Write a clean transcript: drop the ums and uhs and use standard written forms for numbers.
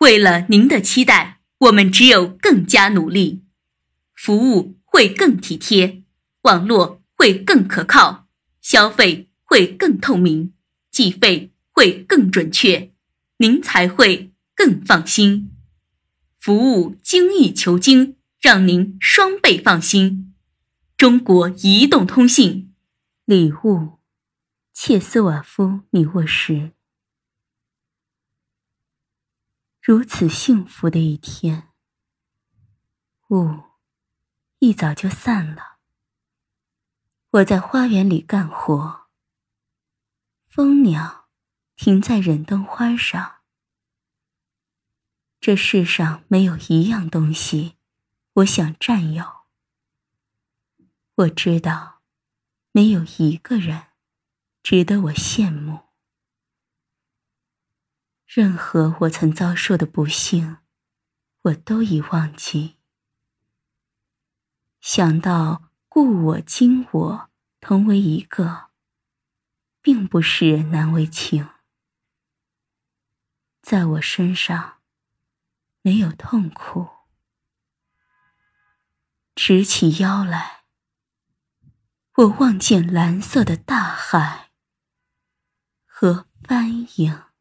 为了您的期待，我们只有更加努力。服务会更体贴，网络会更可靠，消费会更透明，计费会更准确，您才会更放心。服务精益求精，让您双倍放心。中国移动通信。 礼物，切斯瓦夫米沃什。如此幸福的一天，雾一早就散了。我在花园里干活，蜂鸟停在忍冬花上。这世上没有一样东西我想占有。我知道没有一个人值得我羡慕。任何我曾遭受的不幸，我都已忘记。想到故我今我同为一个，并不使人难为情。在我身上没有痛苦。直起腰来，我望见蓝色的大海和帆影。